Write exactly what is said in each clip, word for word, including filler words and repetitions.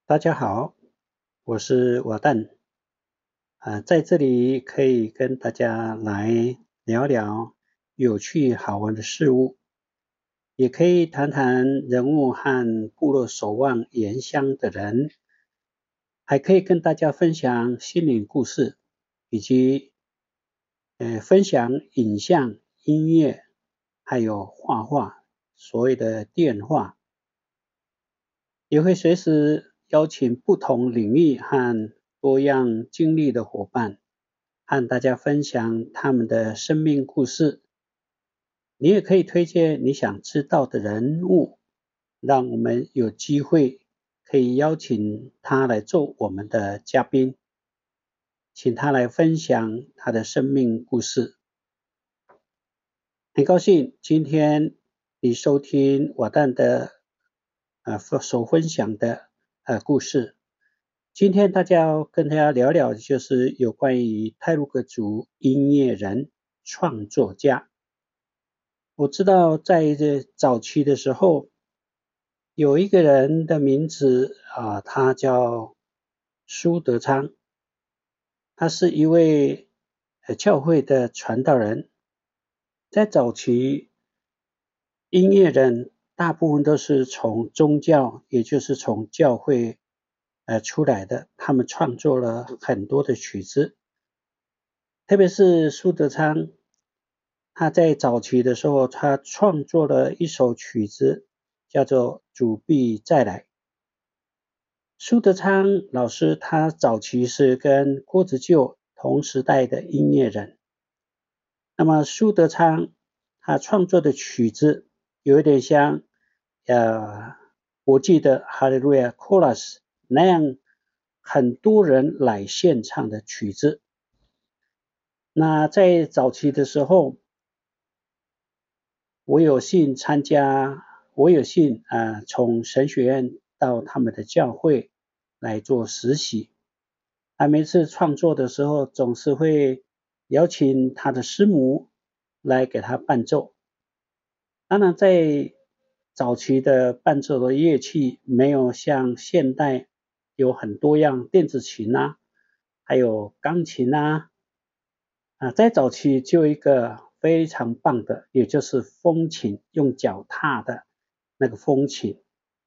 大家好，我是瓦蛋，啊，在这里可以跟大家来聊聊有趣好玩的事物，也可以谈谈人物和部落守望原乡的人，还可以跟大家分享心灵故事，以及呃分享影像、音乐，还有画画，所谓的电画。也会随时邀请不同领域和多样经历的伙伴，和大家分享他们的生命故事。你也可以推荐你想知道的人物，让我们有机会可以邀请他来做我们的嘉宾，请他来分享他的生命故事。很高兴今天你收听我蛋的呃所分享的呃故事。今天大家要跟大家聊聊的就是有关于太鲁阁族音乐人创作家。我知道在这早期的时候，有一个人的名字啊，他叫苏德昌，他是一位呃教会的传道人。在早期，音乐人大部分都是从宗教，也就是从教会呃出来的，他们创作了很多的曲子，特别是苏德昌，他在早期的时候，他创作了一首曲子，叫做《主必再来》。苏德昌老师他早期是跟郭子旧同时代的音乐人，那么苏德昌他创作的曲子有一点像呃国际的哈利路亚 Chorus 那样很多人来献唱的曲子。那在早期的时候，我有幸参加，我有幸啊、呃、从神学院到他们的教会来做实习。他每次创作的时候，总是会邀请他的师母来给他伴奏。当然，在早期的伴奏的乐器没有像现代有很多样电子琴啊，还有钢琴啊，啊，在早期就有一个非常棒的，也就是风琴，用脚踏的那个风琴。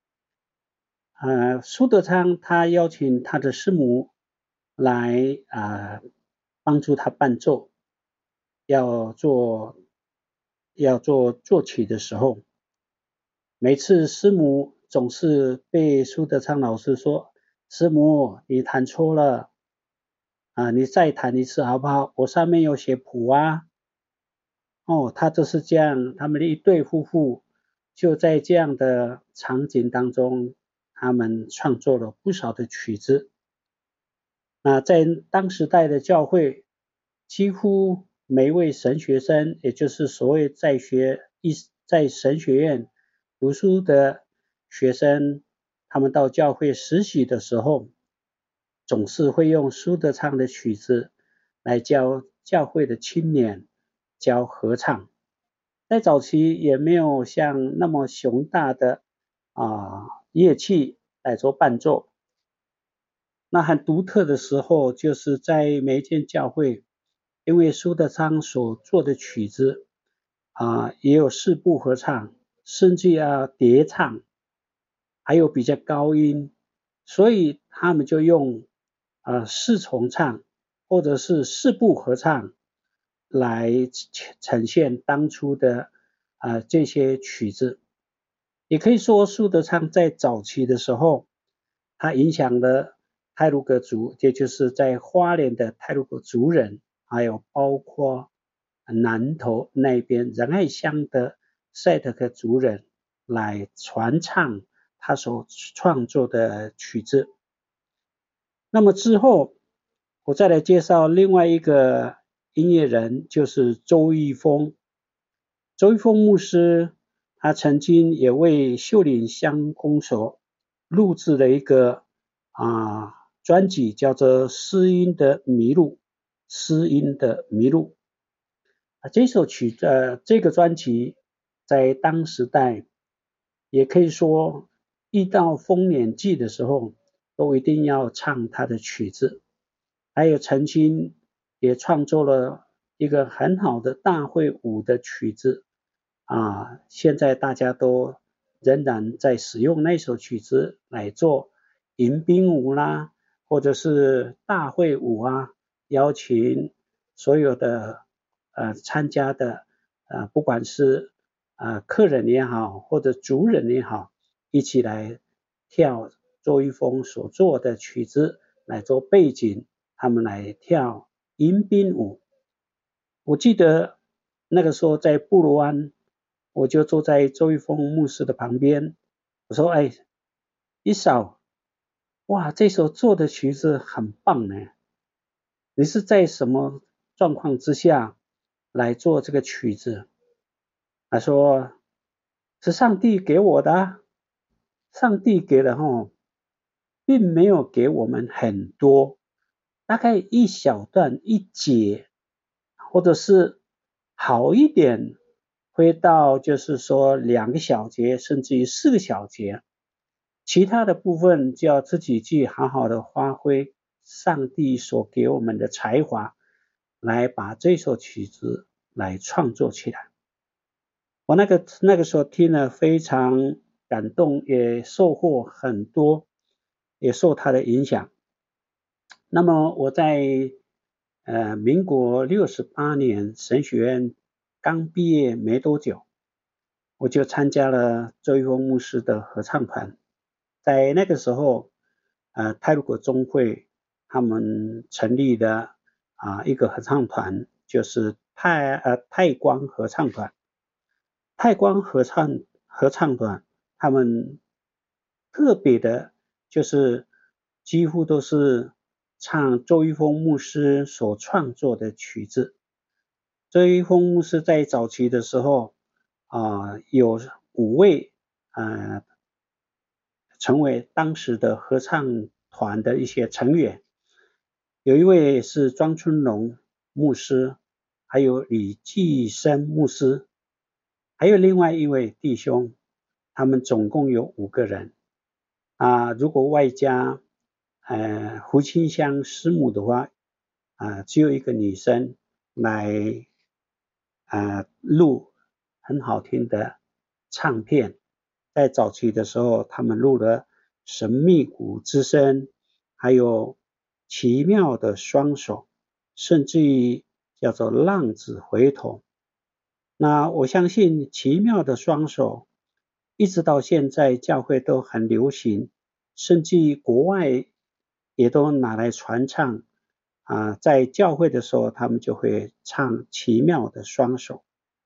呃，苏德昌他邀请他的师母来啊、呃、帮助他伴奏，要做要做作曲的时候，每次师母总是被苏德昌老师说：“师母，你弹错了啊，你再弹一次好不好？我上面有写谱啊。”哦，他就是这样，他们的一对夫妇就在这样的场景当中，他们创作了不少的曲子。那在当时代的教会，几乎每一位神学生，也就是所谓在学一在神学院读书的学生，他们到教会实习的时候，总是会用苏德昌的曲子来教教会的青年教合唱。在早期也没有像那么雄大的啊乐器来做伴奏。那很独特的时候，就是在每一间教会，因为苏德昌所做的曲子啊，也有四部合唱，甚至要叠唱，还有比较高音，所以他们就用啊四重唱或者是四部合唱来呈现当初的啊这些曲子。也可以说苏德昌在早期的时候，他影响了太鲁阁族，也就是在花莲的太鲁阁族人，还有包括南投那边仁爱乡的赛德克族人来传唱他所创作的曲子。那么之后，我再来介绍另外一个音乐人，就是周玉峰。周玉峰牧师，他曾经也为秀岭乡公所录制了一个啊专辑，叫做《诗音的迷路》。诗音的迷路啊，这首曲呃这个专辑在当时代，也可以说一到丰年祭的时候， 都一定要唱他的曲子。还有曾经也创作了一个很好的大会舞的曲子啊，现在大家都仍然在使用那首曲子来做迎宾舞啦，或者是大会舞啊，邀请所有的呃参加的呃不管是呃客人也好，或者族人也好，一起来跳周一峰所做的曲子来做背景，他们来跳迎宾舞。我记得那个时候在布罗湾，我就坐在周一峰牧师的旁边，我说哎，一嫂，哇，这首做的曲子很棒呢，你是在什么状况之下来做这个曲子？他说是上帝给我的啊，上帝给了齁，并没有给我们很多，大概一小段一节，或者是好一点会到就是说两个小节甚至于四个小节，其他的部分就要自己去好好的发挥上帝所给我们的才华，来把这首曲子来创作起来。我那个那个时候听了非常感动，也收获很多，也受他的影响。那么我在呃民国六十八年神学院刚毕业没多久，我就参加了周一峰牧师的合唱团。在那个时候呃太鲁国中会他们成立的啊、呃、一个合唱团，就是太呃太光合唱团。太光合唱合唱团他们特别的就是几乎都是唱周一峰牧师所创作的曲子。周一峰牧师在早期的时候啊、呃、有五位呃成为当时的合唱团的一些成员，有一位是庄春龙牧师，还有李继生牧师，还有另外一位弟兄，他们总共有五个人啊。如果外加呃胡清香师母的话啊，只有一个女生来啊录很好听的唱片。在早期的时候，他们录了神秘谷之声，还有奇妙的双手，甚至于叫做浪子回头。那我相信奇妙的双手一直到现在教会都很流行，甚至于国外也都拿来传唱啊，在教会的时候他们就会唱奇妙的双手。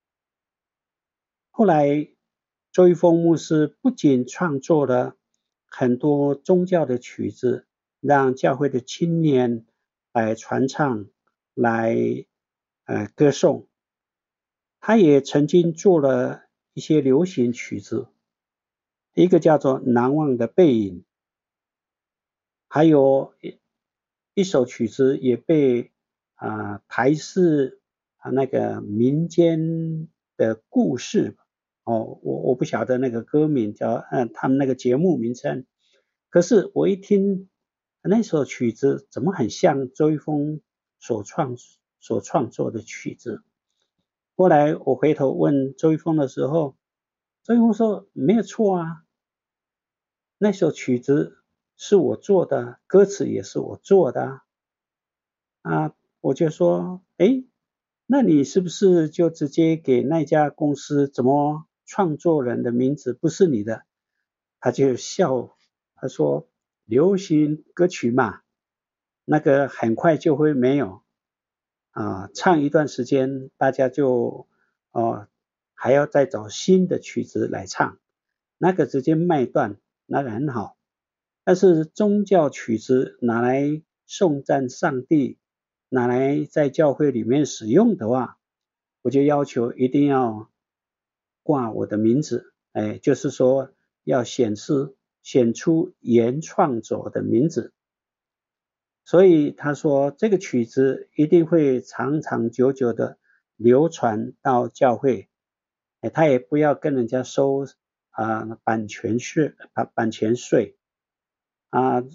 后来周一峰牧师不仅创作了很多宗教的曲子，让教会的青年来传唱，来呃歌颂，他也曾经做了一些流行曲子，一个叫做难忘的背影，还有一首曲子也被啊、呃、台视啊那个民间的故事哦，我我不晓得那个歌名叫嗯他们那个节目名称，可是我一听那首曲子怎么很像周一峰所创所创作的曲子。后来我回头问周一峰的时候，周一峰说没有错啊，那首曲子是我做的，歌词也是我做的啊。啊我就说诶，那你是不是就直接给那家公司怎么创作人的名字不是你的？他就笑，他说流行歌曲嘛，那个很快就会没有啊，唱一段时间大家就哦还要再找新的曲子来唱，那个直接卖断，那个很好。但是宗教曲子拿来颂赞上帝，拿来在教会里面使用的话，我就要求一定要挂我的名字，哎，就是说要显示显出原创者的名字。所以他说这个曲子一定会长长久久的流传到教会，哎，他也不要跟人家收啊、呃、版权税版版权税啊，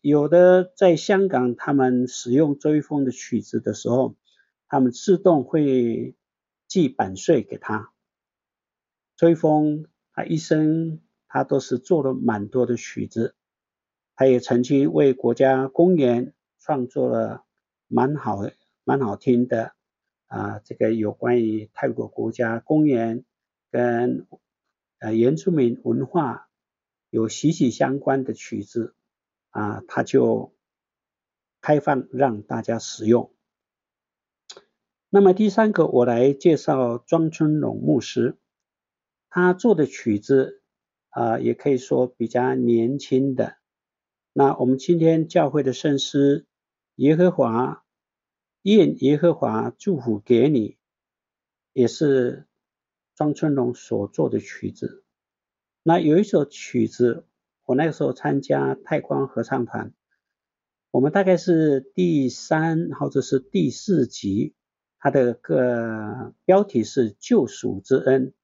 有的在香港他们使用周一峰的曲子的时候，他们自动会寄版税给他。周一峰他一生他都是做了蛮多的曲子，他也曾经为国家公园创作了蛮好蛮好听的啊，这个有关于泰国国家公园跟呃原住民文化有息息相关的曲子啊，他就开放让大家使用。那么第三个我来介绍庄春龙牧师，他做的曲子啊，也可以说比较年轻的。那我们今天教会的圣诗耶和华愿耶和华祝福给你，也是庄春龙所做的曲子。那有一首曲子，我那个时候参加太光合唱团，我们大概是第三或者是第四集，它的个标题是救赎之恩。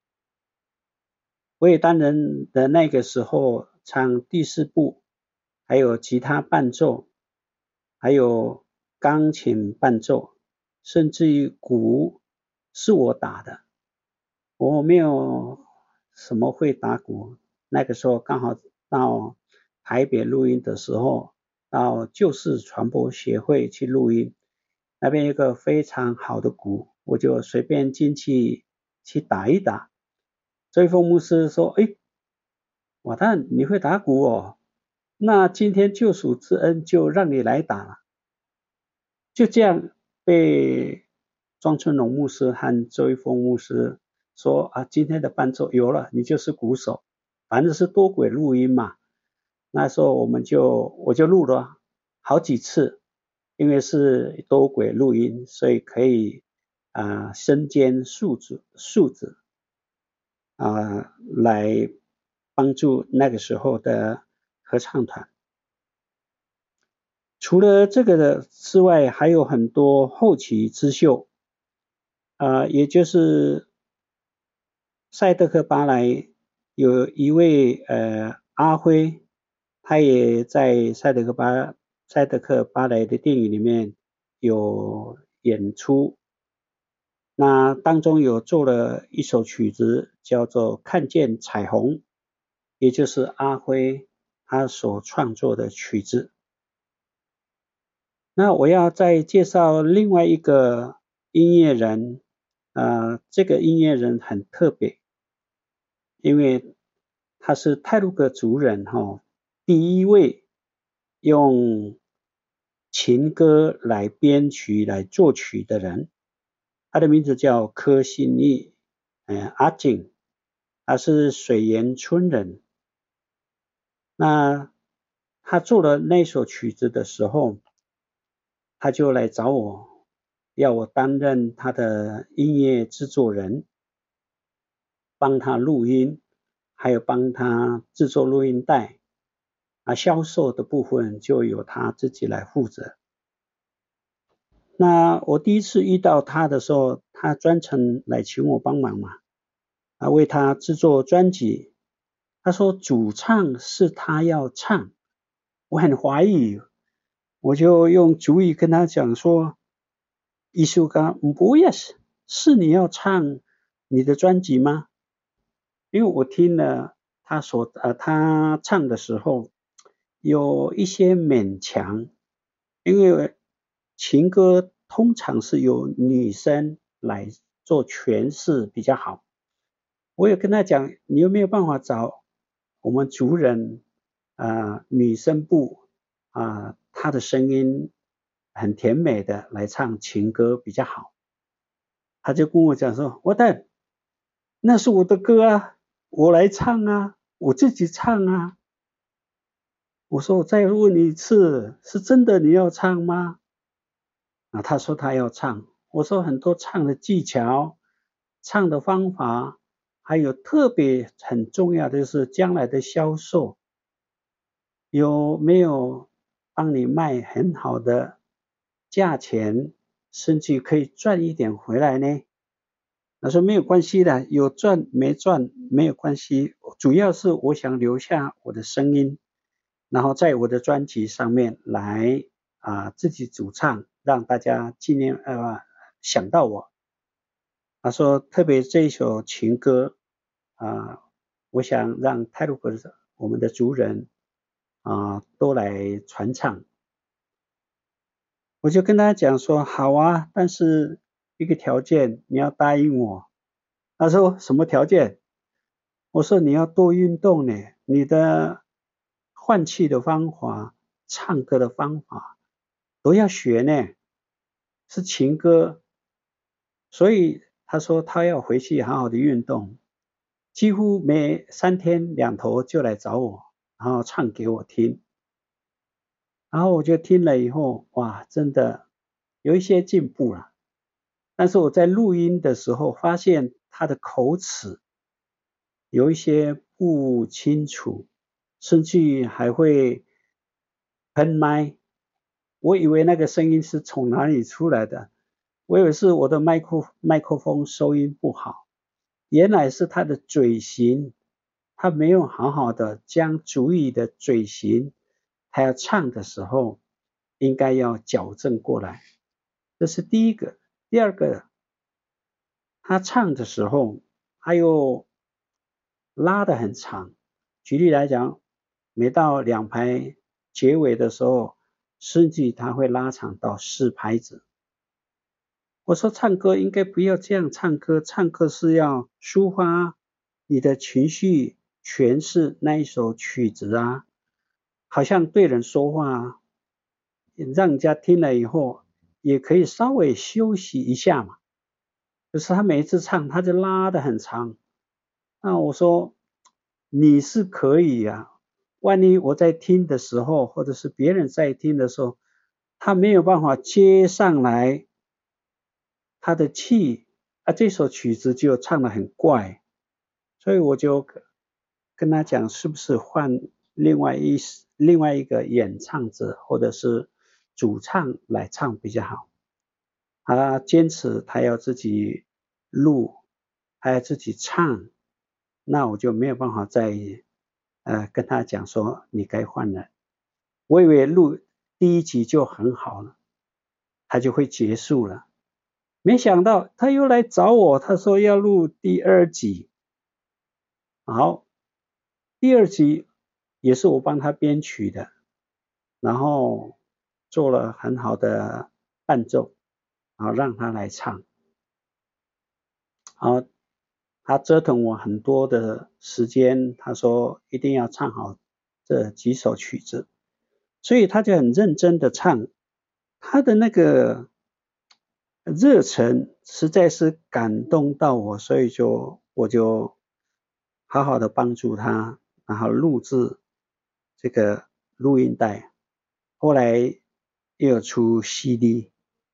我也担任的那个时候唱第四部，还有吉他伴奏，还有钢琴伴奏，甚至于鼓是我打的。我没有什么会打鼓，那个时候刚好到台北录音的时候，到旧式传播协会去录音，那边有一个非常好的鼓，我就随便进去去打一打。周一峰牧师说，诶，瓦旦你会打鼓哦，那今天救赎之恩就让你来打了。就这样被庄春龙牧师和周一峰牧师说啊，今天的伴奏有了，你就是鼓手，反正是多轨录音嘛。那时候我们就我就录了好几次，因为是多轨录音，所以可以啊、呃、身兼数职数职啊、呃、来帮助那个时候的合唱团。除了这个的之外，还有很多后起之秀，呃，也就是赛德克巴莱有一位呃阿辉，他也在赛德克巴赛德克巴莱的电影里面有演出，那当中有做了一首曲子叫做《看见彩虹》，也就是阿辉他所创作的曲子。那我要再介绍另外一个音乐人，呃，这个音乐人很特别，因为他是太鲁阁族人哈、哦，第一位用情歌来编曲来作曲的人，他的名字叫柯信义，呃，阿景，他是水源村人。那他做了那首曲子的时候，他就来找我，要我担任他的音乐制作人，帮他录音，还有帮他制作录音带，啊，销售的部分就由他自己来负责。那我第一次遇到他的时候，他专程来请我帮忙嘛，啊，为他制作专辑。他说主唱是他要唱，我很怀疑，我就用主语跟他讲说，艺术家不也是，是你要唱你的专辑吗？因为我听了他所呃他唱的时候，有一些勉强，因为情歌通常是由女生来做诠释比较好。我有跟他讲，你有没有办法找我们族人啊、呃、女生部啊、呃，她的声音很甜美的来唱情歌比较好。他就跟我讲说，我的那是我的歌啊，我来唱啊，我自己唱啊。我说我再问你一次，是真的你要唱吗？啊，他说他要唱。我说很多唱的技巧，唱的方法，还有特别很重要的就是将来的销售，有没有帮你卖很好的价钱，甚至可以赚一点回来呢？他说没有关系的，有赚没赚没有关系，主要是我想留下我的声音， 然后在我的专辑上面来啊、呃、自己主唱，让大家纪念呃想到我。他说特别这一首情歌啊、呃，我想让太鲁阁我们的族人啊、呃、都来传唱。我就跟他讲说好啊，但是一个条件你要答应我。他说什么条件？我说你要多运动呢，你的换气的方法、唱歌的方法都要学呢，是情歌。所以他说他要回去好好的运动，几乎每三天两头就来找我，然后唱给我听。然后我就听了以后，哇，真的有一些进步了。但是我在录音的时候发现他的口齿有一些不清楚，甚至还会喷麦。我以为那个声音是从哪里出来的，我以为是我的麦克麦克风收音不好，原来是他的嘴型，他没有好好的将主语的嘴型，他要唱的时候应该要矫正过来。这是第一个。第二个，他唱的时候他又拉得很长。举例来讲，每到两拍结尾的时候，甚至他会拉长到四拍子。我说唱歌应该不要这样唱歌，唱歌是要抒发你的情绪，诠释那一首曲子啊，好像对人说话啊，让人家听了以后也可以稍微休息一下嘛。可是他每一次唱他就拉得很长，那我说你是可以啊，万一我在听的时候或者是别人在听的时候，他没有办法接上来他的气啊，这首曲子就唱得很怪。所以我就跟他讲是不是换另外一另外一个演唱者或者是主唱来唱比较好。他坚持他要自己录，还要自己唱，那我就没有办法再呃跟他讲说你该换了。我以为录第一集就很好了，他就会结束了，没想到他又来找我，他说要录第二集。好，第二集也是我帮他编曲的，然后做了很好的伴奏，然后让他来唱。好，他折腾我很多的时间，他说一定要唱好这几首曲子，所以他就很认真的唱，他的那个热忱实在是感动到我，所以就我就好好的帮助他，然后录制这个录音带，后来又有出 C D。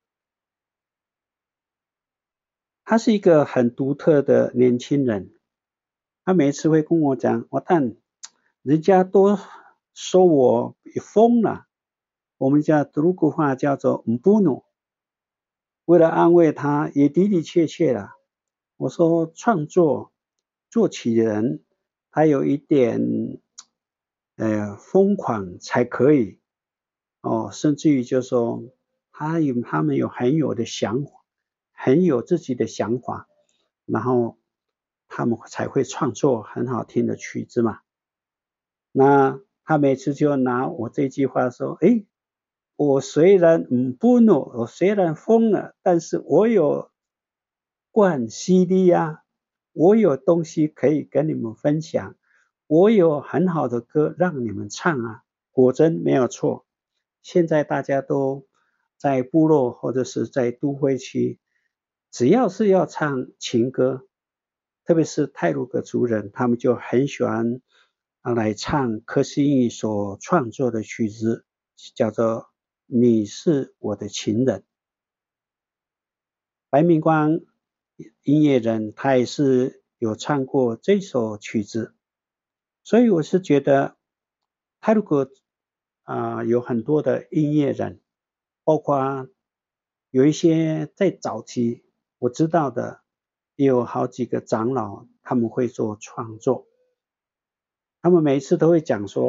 他是一个很独特的年轻人，他每次会跟我讲，我但人家都说我疯了，我们家德国话叫做唔布努。为了安慰他，也的的确确了。我说创作做起人，他有一点呃疯狂才可以哦，甚至于就说他有他们有很有的想法，很有自己的想法，然后他们才会创作很好听的曲子嘛。那他每次就拿我这句话说，诶，我虽然唔不努，我虽然疯了，但是我有灌 C D 啊，我有东西可以跟你们分享，我有很好的歌让你们唱啊。果真没有错，现在大家都在部落或者是在都会区，只要是要唱情歌，特别是太鲁阁族人，他们就很喜欢来唱柯西英语所创作的曲子，叫做你是我的情人。白明光音乐人他也是有唱过这首曲子，所以我是觉得太鲁阁啊、呃、有很多的音乐人，包括有一些在早期我知道的，也有好几个长老他们会做创作，他们每一次都会讲说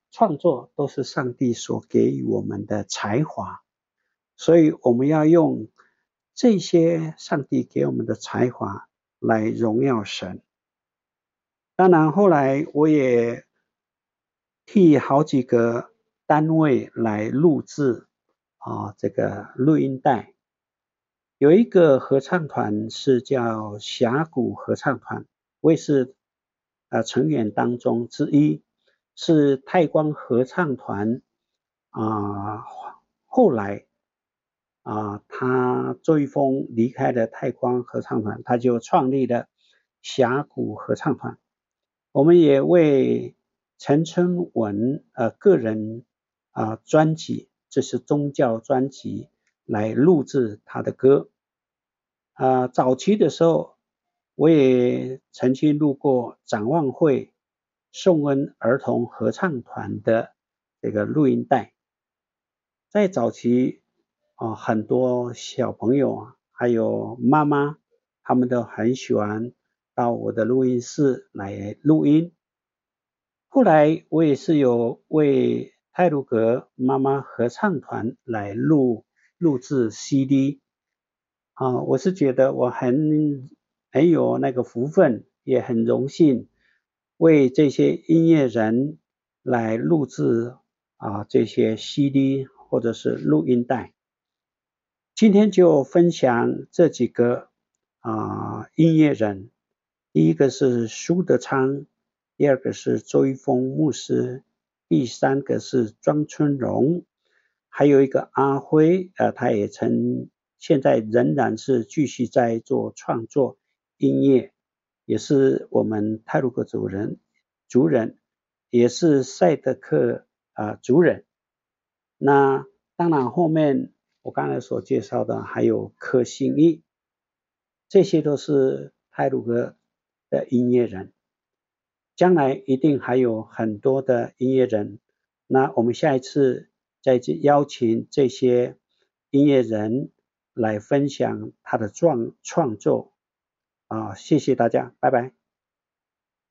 创作都是上帝所给予我们的才华，所以我们要用这些上帝给我们的才华来荣耀神。当然后来我也替好几个单位来录制啊这个录音带。有一个合唱团是叫峡谷合唱团，我也是呃成员当中之一，是太光合唱团啊、呃、后来啊、呃、他周玉峰离开了太光合唱团，他就创立了峡谷合唱团。我们也为陈春文呃个人啊、呃、专辑，这是宗教专辑来录制他的歌。啊、呃，早期的时候我也曾经录过展望会颂恩儿童合唱团的这个录音带。在早期啊、呃，很多小朋友啊，还有妈妈，他们都很喜欢到我的录音室来录音。后来我也是有为太鲁阁妈妈合唱团来录录制 C D 啊，我是觉得我很很有那个福分，也很荣幸为这些音乐人来录制啊这些 C D 或者是录音带。今天就分享这几个啊音乐人，第一个是苏德昌，第二个是周一峰牧师，第三个是庄春荣，还有一个阿辉，呃，他也曾现在仍然是继续在做创作音乐，也是我们太鲁阁族人族人，也是赛德克啊、呃、族人。那当然后面我刚才所介绍的还有柯信义，这些都是太鲁阁的音乐人。将来一定还有很多的音乐人，那我们下一次再邀请这些音乐人来分享他的创创作啊，谢谢大家，拜拜。